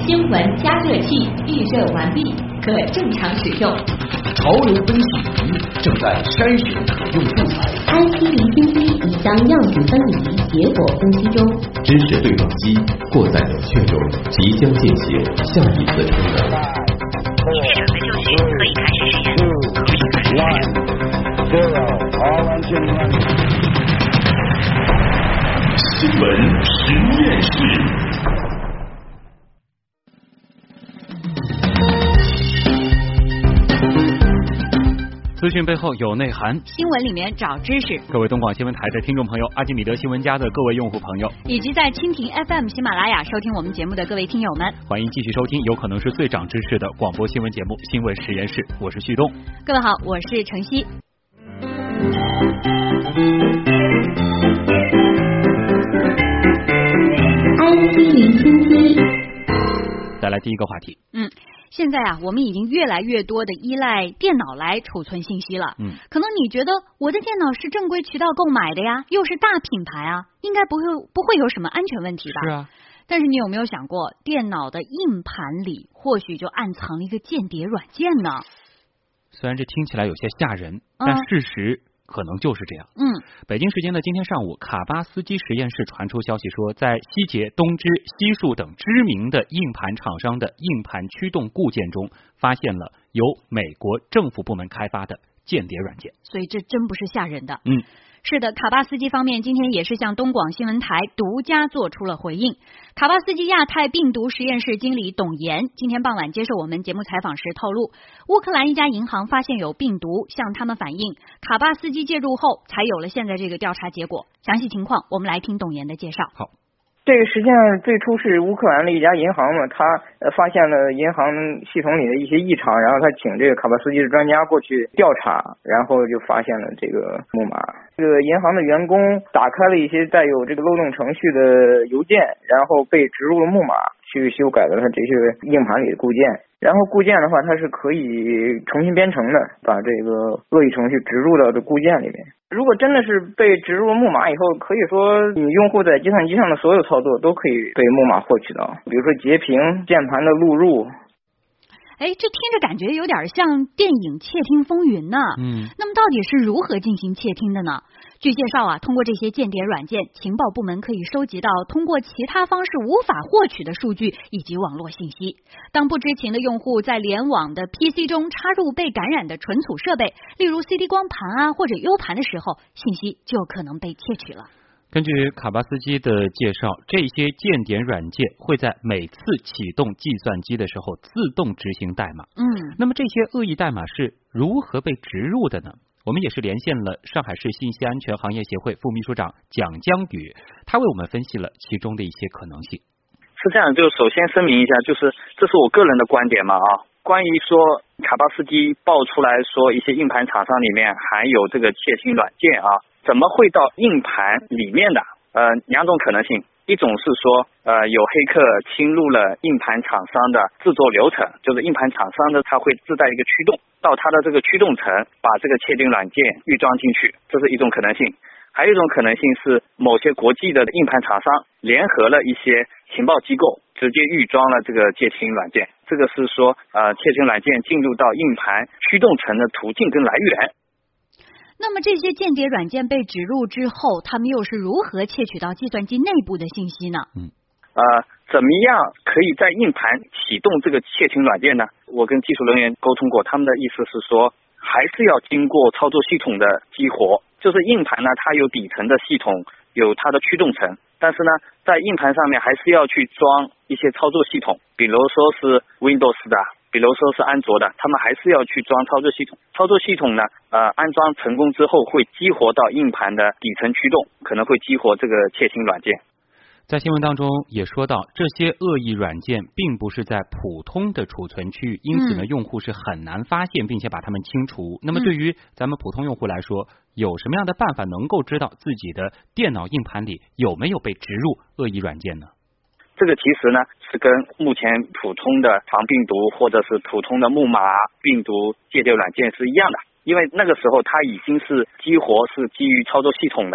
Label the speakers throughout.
Speaker 1: 新闻加热器预热完毕，可正常使用。
Speaker 2: 潮流分析仪正在筛选可用素材。
Speaker 3: IC 离心机已将样品分离，结果分析中。
Speaker 2: 知识对撞机过在冷却中，即将进行下一次充能。
Speaker 4: 一切准备就绪，可以开始实验。
Speaker 5: 新闻实验室。资讯背后有内涵，
Speaker 6: 新闻里面找知识。
Speaker 5: 各位东广新闻台的听众朋友，阿基米德新闻家的各位用户朋友，
Speaker 6: 以及在蜻蜓 FM、喜马拉雅收听我们节目的各位听友们，
Speaker 5: 欢迎继续收听有可能是最长知识的广播新闻节目《新闻实验室》，我是旭东。
Speaker 6: 各位好，我是程曦。
Speaker 3: IC 离心机。
Speaker 5: 再来第一个话题。
Speaker 6: 现在啊，我们已经越来越多的依赖电脑来储存信息了。可能你觉得我的电脑是正规渠道购买的呀，又是大品牌啊，应该不会有什么安全问题吧？
Speaker 5: 是啊。
Speaker 6: 但是你有没有想过，电脑的硬盘里或许就暗藏了一个间谍软件呢？
Speaker 5: 虽然这听起来有些吓人，但事实可能就是这样。北京时间的今天上午，卡巴斯基实验室传出消息说，在希捷、东芝、西数等知名的硬盘厂商的硬盘驱动固件中，发现了由美国政府部门开发的间谍软件。
Speaker 6: 所以这真不是吓人的。是的，卡巴斯基方面今天也是向东广新闻台独家做出了回应。卡巴斯基亚太病毒实验室经理董岩今天傍晚接受我们节目采访时透露，乌克兰一家银行发现有病毒，向他们反映，卡巴斯基介入后才有了现在这个调查结果。详细情况我们来听董岩的介绍。
Speaker 5: 好。
Speaker 7: 这个实际上最初是乌克兰的一家银行嘛，他发现了银行系统里的一些异常，然后他请这个卡巴斯基的专家过去调查，然后就发现了这个木马。这个银行的员工打开了一些带有这个漏洞程序的邮件，然后被植入了木马，去修改了它这些硬盘里的固件。然后固件的话，它是可以重新编程的，把这个恶意程序植入到这固件里面。如果真的是被植入木马以后，可以说你用户在计算机上的所有操作都可以被木马获取到，比如说截屏、键盘的录入。
Speaker 6: 这听着感觉有点像电影《窃听风云》呢。那么到底是如何进行窃听的呢？据介绍啊，通过这些间谍软件，情报部门可以收集到通过其他方式无法获取的数据以及网络信息。当不知情的用户在联网的 PC 中插入被感染的存储设备，例如 CD 光盘啊或者 U 盘的时候，信息就可能被窃取了。
Speaker 5: 根据卡巴斯基的介绍，这些间谍软件会在每次启动计算机的时候自动执行代码。那么这些恶意代码是如何被植入的呢？我们也是连线了上海市信息安全行业协会副秘书长蒋江宇，他为我们分析了其中的一些可能性。
Speaker 8: 是这样，就首先声明一下，就是这是我个人的观点嘛关于说卡巴斯基爆出来说一些硬盘厂商里面含有这个窃听软件怎么会到硬盘里面的？两种可能性，一种是说有黑客侵入了硬盘厂商的制作流程，就是硬盘厂商的它会自带一个驱动，到它的这个驱动层把这个窃听软件预装进去，这是一种可能性。还有一种可能性是某些国际的硬盘厂商联合了一些情报机构，直接预装了这个窃听软件。这个是说窃听软件进入到硬盘驱动层的途径跟来源。
Speaker 6: 那么这些间谍软件被植入之后，他们又是如何窃取到计算机内部的信息呢？
Speaker 8: 怎么样可以在硬盘启动这个窃听软件呢？我跟技术人员沟通过，他们的意思是说，还是要经过操作系统的激活。就是硬盘呢，它有底层的系统，有它的驱动层，但是呢，在硬盘上面还是要去装一些操作系统，比如说是 Windows 的，比如说是安卓的，他们还是要去装操作系统。操作系统呢，安装成功之后会激活到硬盘的底层驱动，可能会激活这个窃听软件。
Speaker 5: 在新闻当中也说到，这些恶意软件并不是在普通的储存区域，因此呢，用户是很难发现并且把它们清除。那么对于咱们普通用户来说，有什么样的办法能够知道自己的电脑硬盘里有没有被植入恶意软件呢？
Speaker 8: 这个其实呢是跟目前普通的防病毒或者是普通的木马病毒间谍软件是一样的，因为那个时候它已经是激活是基于操作系统的。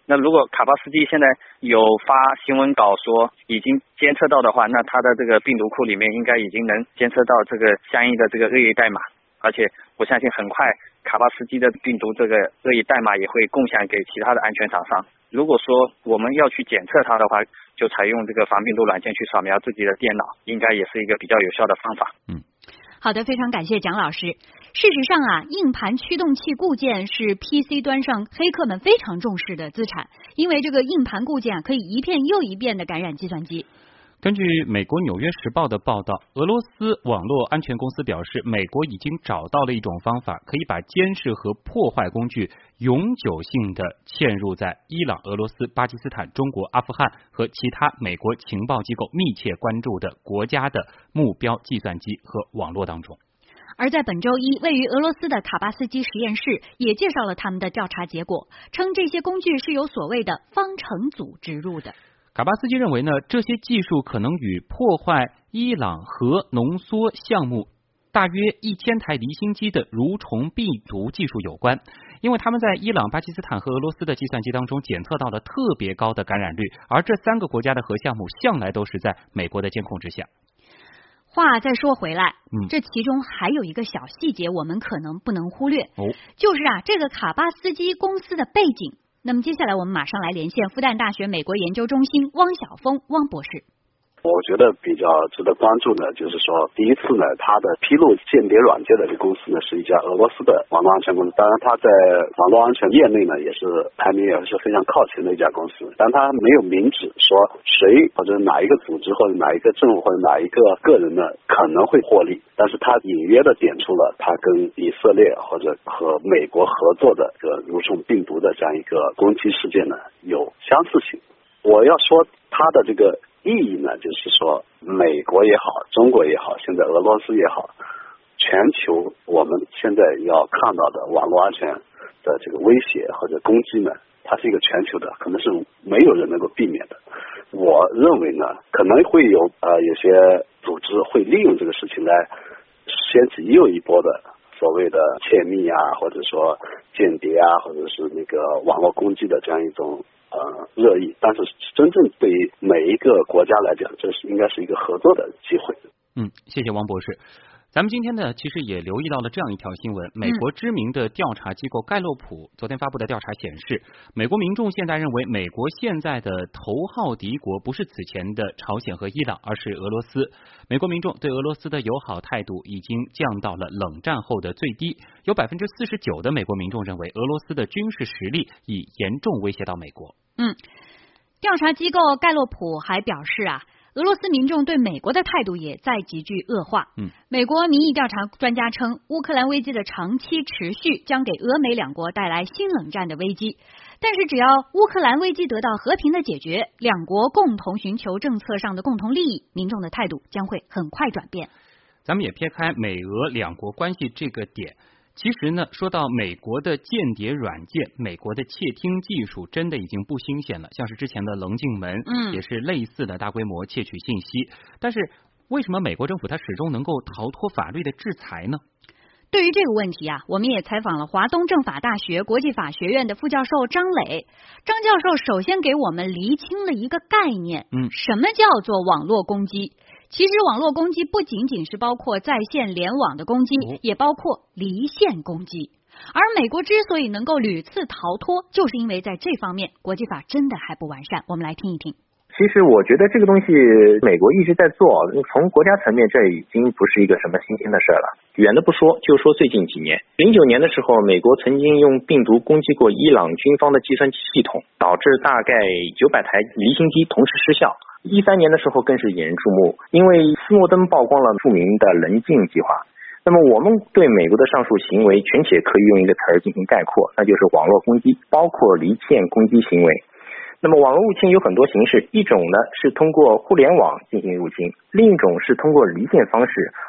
Speaker 8: 那如果卡巴斯基现在有发新闻稿说已经监测到的话，那它的这个病毒库里面应该已经能监测到这个相应的这个恶意代码，而且我相信很快卡巴斯基的病毒这个恶意代码也会共享给其他的安全厂商。如果说我们要去检测它的话，就采用这个防病毒软件去扫描自己的电脑，应该也是一个比较有效的方法。
Speaker 6: 好的，非常感谢蒋老师。事实上啊，硬盘驱动器固件是 PC 端上黑客们非常重视的资产，因为这个硬盘固件可以一遍又一遍的感染计算机。
Speaker 5: 根据美国《纽约时报》的报道，俄罗斯网络安全公司表示，美国已经找到了一种方法，可以把监视和破坏工具永久性的嵌入在伊朗、俄罗斯、巴基斯坦、中国、阿富汗和其他美国情报机构密切关注的国家的目标计算机和网络当中。
Speaker 6: 而在本周一，位于俄罗斯的卡巴斯基实验室也介绍了他们的调查结果，称这些工具是由所谓的方程组植入的。
Speaker 5: 卡巴斯基认为呢，这些技术可能与破坏伊朗核浓缩项目大约1000台离心机的蠕虫病毒技术有关，因为他们在伊朗、巴基斯坦和俄罗斯的计算机当中检测到了特别高的感染率，而这3个国家的核项目向来都是在美国的监控之下。
Speaker 6: 话再说回来，这其中还有一个小细节我们可能不能忽略，就是这个卡巴斯基公司的背景。那么接下来我们马上来连线复旦大学美国研究中心汪晓峰汪博士。
Speaker 9: 我觉得比较值得关注呢，就是说第一次呢，它的披露间谍软件的这个公司呢，是一家俄罗斯的网络安全公司。当然，它在网络安全业内呢，也是排名也是非常靠前的一家公司。但它没有明指说谁或者哪一个组织或者哪一个政府或者哪一个个人呢可能会获利，但是它隐约的点出了它跟以色列或者和美国合作的这个蠕虫病毒的这样一个攻击事件呢有相似性。我要说它的这个意义呢，就是说美国也好，中国也好，现在俄罗斯也好，全球我们现在要看到的网络安全的这个威胁或者攻击呢，它是一个全球的，可能是没有人能够避免的。我认为呢，可能会有些组织会利用这个事情来掀起又一波的所谓的窃密啊，或者说间谍啊，或者是那个网络攻击的这样一种热议，但是真正对于每一个国家来讲，这是应该是一个合作的机会。
Speaker 5: 谢谢王博士。咱们今天呢，其实也留意到了这样一条新闻，美国知名的调查机构盖洛普昨天发布的调查显示，美国民众现在认为美国现在的头号敌国不是此前的朝鲜和伊朗，而是俄罗斯。美国民众对俄罗斯的友好态度已经降到了冷战后的最低，有49%的美国民众认为俄罗斯的军事实力已严重威胁到美国。
Speaker 6: 调查机构盖洛普还表示俄罗斯民众对美国的态度也在急剧恶化。美国民意调查专家称，乌克兰危机的长期持续将给俄美两国带来新冷战的危机。但是只要乌克兰危机得到和平的解决，两国共同寻求政策上的共同利益，民众的态度将会很快转变。
Speaker 5: 咱们也撇开美俄两国关系这个点，其实呢，说到美国的间谍软件，美国的窃听技术真的已经不新鲜了，像是之前的棱镜门，也是类似的大规模窃取信息。但是为什么美国政府它始终能够逃脱法律的制裁呢？
Speaker 6: 对于这个问题我们也采访了华东政法大学国际法学院的副教授张磊。张教授首先给我们厘清了一个概念，什么叫做网络攻击？其实网络攻击不仅仅是包括在线联网的攻击，也包括离线攻击。而美国之所以能够屡次逃脱，就是因为在这方面国际法真的还不完善。我们来听一听。
Speaker 10: 其实我觉得这个东西美国一直在做，从国家层面这已经不是一个什么新鲜的事了。远的不说，就说最近几年，09年的时候，美国曾经用病毒攻击过伊朗军方的计算机系统，导致大概900台离心机同时失效。13年的时候更是引人注目，因为斯诺登曝光了著名的棱镜计划。那么我们对美国的上述行为全且可以用一个词儿进行概括，那就是网络攻击，包括离线攻击行为。那么网络入侵有很多形式，一种呢是通过互联网进行入侵，另一种是通过离线方式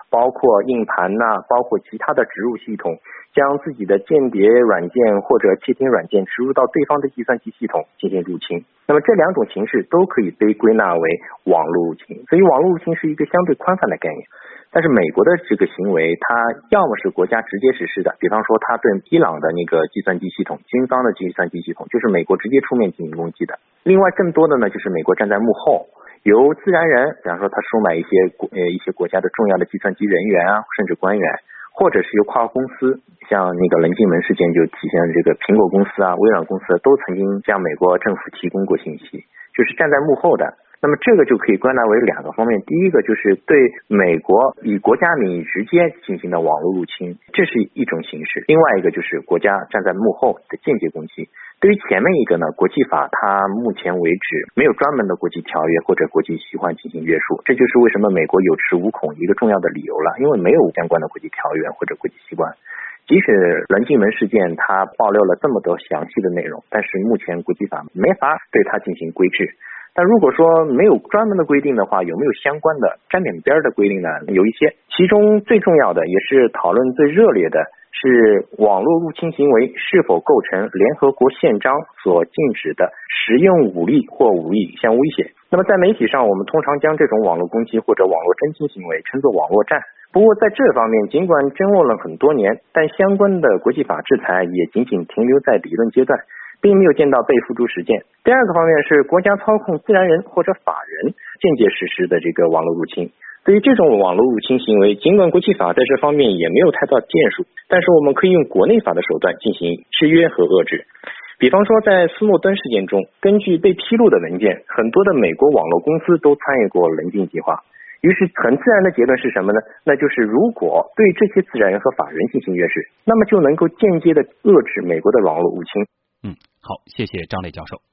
Speaker 10: 包括硬盘包括其他的植入系统，将自己的间谍软件或者窃听软件植入到对方的计算机系统进行入侵。那么这两种形式都可以被归纳为网络入侵，所以网络入侵是一个相对宽泛的概念。但是美国的这个行为，它要么是国家直接实施的，比方说它对伊朗的那个计算机系统，军方的计算机系统，就是美国直接出面进行攻击的。另外更多的呢，就是美国站在幕后，由自然人，比方说他收买一些国家的重要的计算机人员甚至官员，或者是由跨国公司，像那个棱镜门事件就体现了这个苹果公司微软公司都曾经向美国政府提供过信息，就是站在幕后的。那么这个就可以归纳为两个方面，第一个就是对美国以国家名义直接进行的网络入侵，这是一种形式；另外一个就是国家站在幕后的间接攻击。对于前面一个呢，国际法它目前为止没有专门的国际条约或者国际习惯进行约束，这就是为什么美国有恃无恐一个重要的理由了，因为没有相关的国际条约或者国际习惯。即使棱镜门事件它爆料了这么多详细的内容，但是目前国际法没法对它进行规制。但如果说没有专门的规定的话，有没有相关的沾点边的规定呢？有一些，其中最重要的也是讨论最热烈的是网络入侵行为是否构成联合国宪章所禁止的使用武力或武力相威胁。那么在媒体上，我们通常将这种网络攻击或者网络征侵行为称作网络战。不过在这方面尽管争论了很多年，但相关的国际法制裁也仅仅停留在理论阶段，并没有见到被付诸实践。第二个方面是国家操控自然人或者法人间接实施的这个网络入侵。对于这种网络入侵行为，尽管国际法在这方面也没有太大建树，但是我们可以用国内法的手段进行制约和遏制。比方说在斯诺登事件中，根据被披露的文件，很多的美国网络公司都参与过棱镜计划。于是很自然的结论是什么呢？那就是如果对这些自然人和法人进行约制，那么就能够间接的遏制美国的网络入侵。
Speaker 5: 好，谢谢张磊教授。